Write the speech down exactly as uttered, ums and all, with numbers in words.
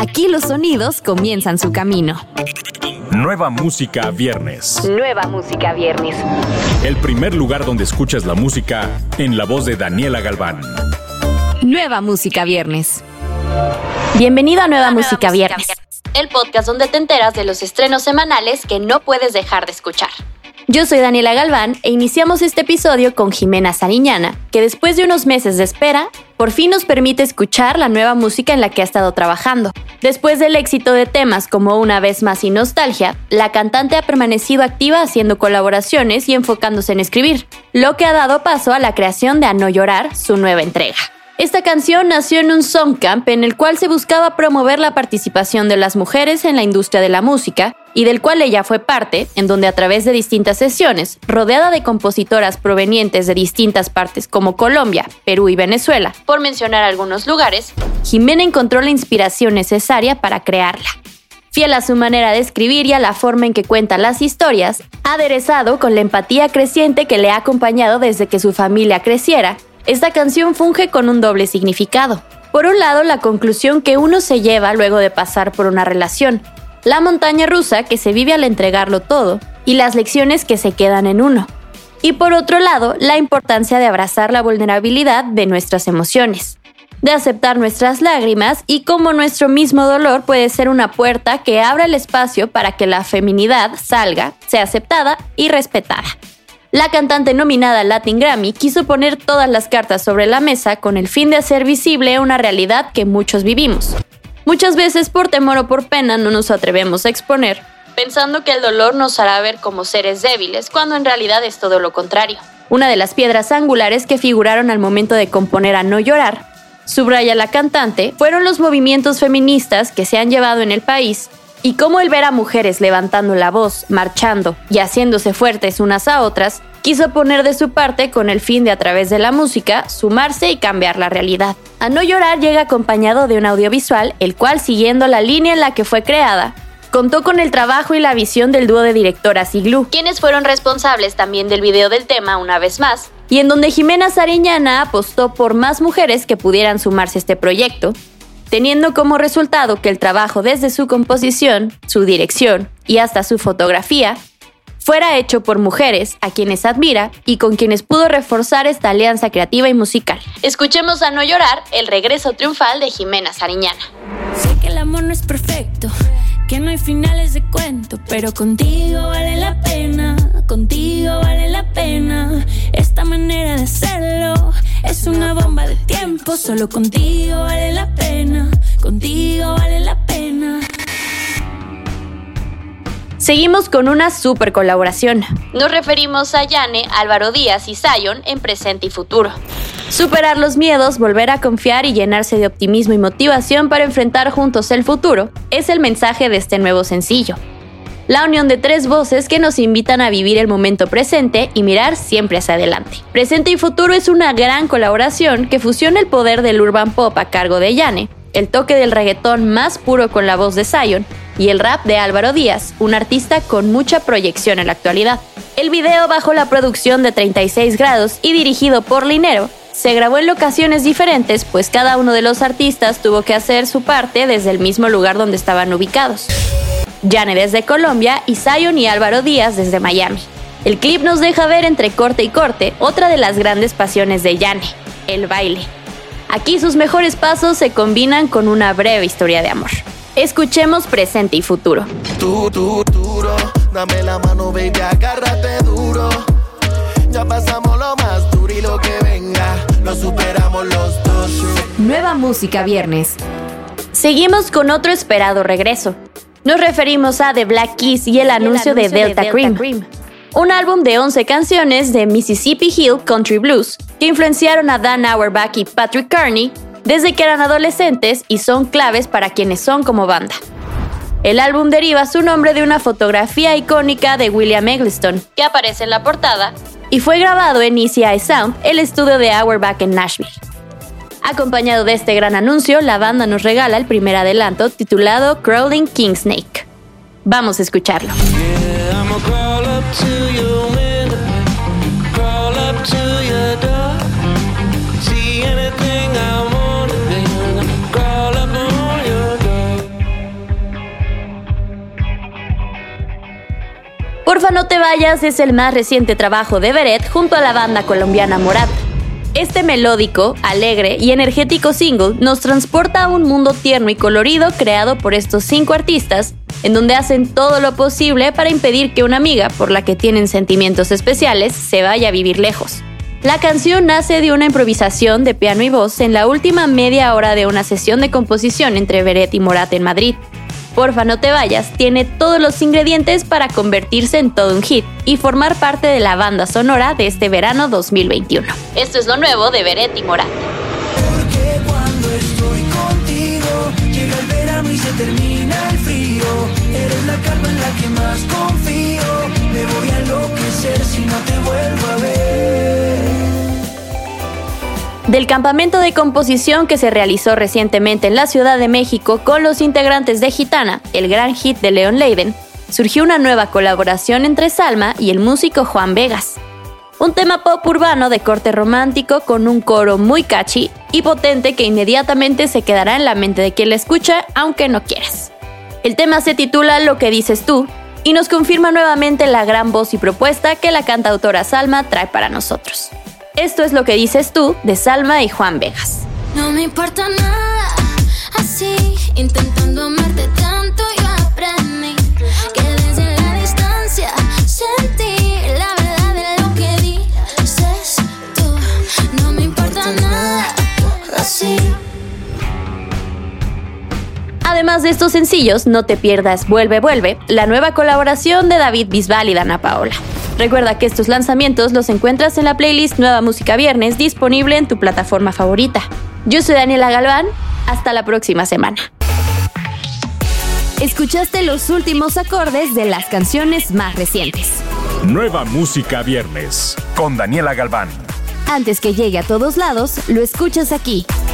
Aquí los sonidos comienzan su camino. Nueva Música Viernes. Nueva Música Viernes. El primer lugar donde escuchas la música en la voz de Daniela Galván. Nueva Música Viernes. Bienvenido a Nueva, Nueva Música, Música Viernes, Viernes, el podcast donde te enteras de los estrenos semanales que no puedes dejar de escuchar. Yo soy Daniela Galván e iniciamos este episodio con Jimena Sariñana, que después de unos meses de espera, por fin nos permite escuchar la nueva música en la que ha estado trabajando. Después del éxito de temas como Una vez más y Nostalgia, la cantante ha permanecido activa haciendo colaboraciones y enfocándose en escribir, lo que ha dado paso a la creación de A No Llorar, su nueva entrega. Esta canción nació en un songcamp en el cual se buscaba promover la participación de las mujeres en la industria de la música y del cual ella fue parte, en donde a través de distintas sesiones, rodeada de compositoras provenientes de distintas partes como Colombia, Perú y Venezuela, por mencionar algunos lugares, Jimena encontró la inspiración necesaria para crearla. Fiel a su manera de escribir y a la forma en que cuenta las historias, aderezado con la empatía creciente que le ha acompañado desde que su familia creciera, esta canción funge con un doble significado. Por un lado, la conclusión que uno se lleva luego de pasar por una relación, la montaña rusa que se vive al entregarlo todo y las lecciones que se quedan en uno. Y por otro lado, la importancia de abrazar la vulnerabilidad de nuestras emociones, de aceptar nuestras lágrimas y cómo nuestro mismo dolor puede ser una puerta que abra el espacio para que la feminidad salga, sea aceptada y respetada. La cantante nominada al Latin Grammy quiso poner todas las cartas sobre la mesa con el fin de hacer visible una realidad que muchos vivimos. Muchas veces por temor o por pena no nos atrevemos a exponer, pensando que el dolor nos hará ver como seres débiles, cuando en realidad es todo lo contrario. Una de las piedras angulares que figuraron al momento de componer A No Llorar, subraya la cantante, fueron los movimientos feministas que se han llevado en el país y cómo el ver a mujeres levantando la voz, marchando y haciéndose fuertes unas a otras, quiso poner de su parte con el fin de, a través de la música, sumarse y cambiar la realidad. A No Llorar llega acompañado de un audiovisual, el cual, siguiendo la línea en la que fue creada, contó con el trabajo y la visión del dúo de directoras Igloo, quienes fueron responsables también del video del tema Una vez más, y en donde Jimena Sariñana apostó por más mujeres que pudieran sumarse a este proyecto, teniendo como resultado que el trabajo desde su composición, su dirección y hasta su fotografía fuera hecho por mujeres a quienes admira y con quienes pudo reforzar esta alianza creativa y musical. Escuchemos A No Llorar, el regreso triunfal de Jimena Sariñana. Sé que el amor no es perfecto, que no hay finales de cuento, pero contigo vale la pena, contigo vale la pena. Esta manera de hacerlo es una bomba de tiempo, solo contigo vale la pena, contigo vale la pena. Seguimos con una super colaboración. Nos referimos a Yane, Álvaro Díaz y Zion en presente y futuro. Superar los miedos, volver a confiar y llenarse de optimismo y motivación para enfrentar juntos el futuro es el mensaje de este nuevo sencillo. La unión de tres voces que nos invitan a vivir el momento presente y mirar siempre hacia adelante. Presente y futuro es una gran colaboración que fusiona el poder del urban pop a cargo de Yane, el toque del reggaetón más puro con la voz de Zion y el rap de Álvaro Díaz, un artista con mucha proyección en la actualidad. El video, bajo la producción de treinta y seis grados y dirigido por Linero, se grabó en locaciones diferentes, pues cada uno de los artistas tuvo que hacer su parte desde el mismo lugar donde estaban ubicados. Yane desde Colombia y Zion y Álvaro Díaz desde Miami. El clip nos deja ver entre corte y corte otra de las grandes pasiones de Yane, el baile. Aquí sus mejores pasos se combinan con una breve historia de amor. Escuchemos Presente y Futuro. Tú, tú, duro, dame la mano, baby, agárrate duro. Ya pasamos lo más duro y lo que venga, lo superamos los dos. Nueva Música Viernes. Seguimos con otro esperado regreso. Nos referimos a The Black Keys y el anuncio, el anuncio de, Delta de Delta Cream. Cream. Un álbum de once canciones de Mississippi Hill Country Blues que influenciaron a Dan Auerbach y Patrick Carney desde que eran adolescentes y son claves para quienes son como banda. El álbum deriva su nombre de una fotografía icónica de William Eggleston, que aparece en la portada, y fue grabado en Easy Eye Sound, el estudio de Auerbach en Nashville. Acompañado de este gran anuncio, la banda nos regala el primer adelanto titulado Crawling King Snake. Vamos a escucharlo. Porfa no te vayas es el más reciente trabajo de Beret junto a la banda colombiana Morat. Este melódico, alegre y energético single nos transporta a un mundo tierno y colorido creado por estos cinco artistas, en donde hacen todo lo posible para impedir que una amiga, por la que tienen sentimientos especiales, se vaya a vivir lejos. La canción nace de una improvisación de piano y voz en la última media hora de una sesión de composición entre Beret y Morat en Madrid. Porfa no te vayas tiene todos los ingredientes para convertirse en todo un hit y formar parte de la banda sonora de este verano dos mil veintiuno. Esto es lo nuevo de Beret y Morat. Porque cuando estoy contigo llega el verano y se termina el frío. Eres la calma en la que más confío. Me voy a enloquecer si no te vuelvo a ver. Del campamento de composición que se realizó recientemente en la Ciudad de México con los integrantes de Gitana, el gran hit de Leon Leiden, surgió una nueva colaboración entre Salma y el músico Juan Vegas. Un tema pop urbano de corte romántico con un coro muy catchy y potente que inmediatamente se quedará en la mente de quien la escucha aunque no quieras. El tema se titula Lo que dices tú y nos confirma nuevamente la gran voz y propuesta que la cantautora Salma trae para nosotros. Esto es Lo que dices tú de Salma y Juan Vegas. No me importa nada, así, intentando amarte tanto yo aprendí que desde la distancia sentí la verdad de lo que dices tú. No me importa nada, así. Además de estos sencillos, no te pierdas Vuelve, Vuelve, la nueva colaboración de David Bisbal y Dana Paola. Recuerda que estos lanzamientos los encuentras en la playlist Nueva Música Viernes disponible en tu plataforma favorita. Yo soy Daniela Galván, hasta la próxima semana. Escuchaste los últimos acordes de las canciones más recientes. Nueva Música Viernes con Daniela Galván. Antes que llegue a todos lados, lo escuchas aquí.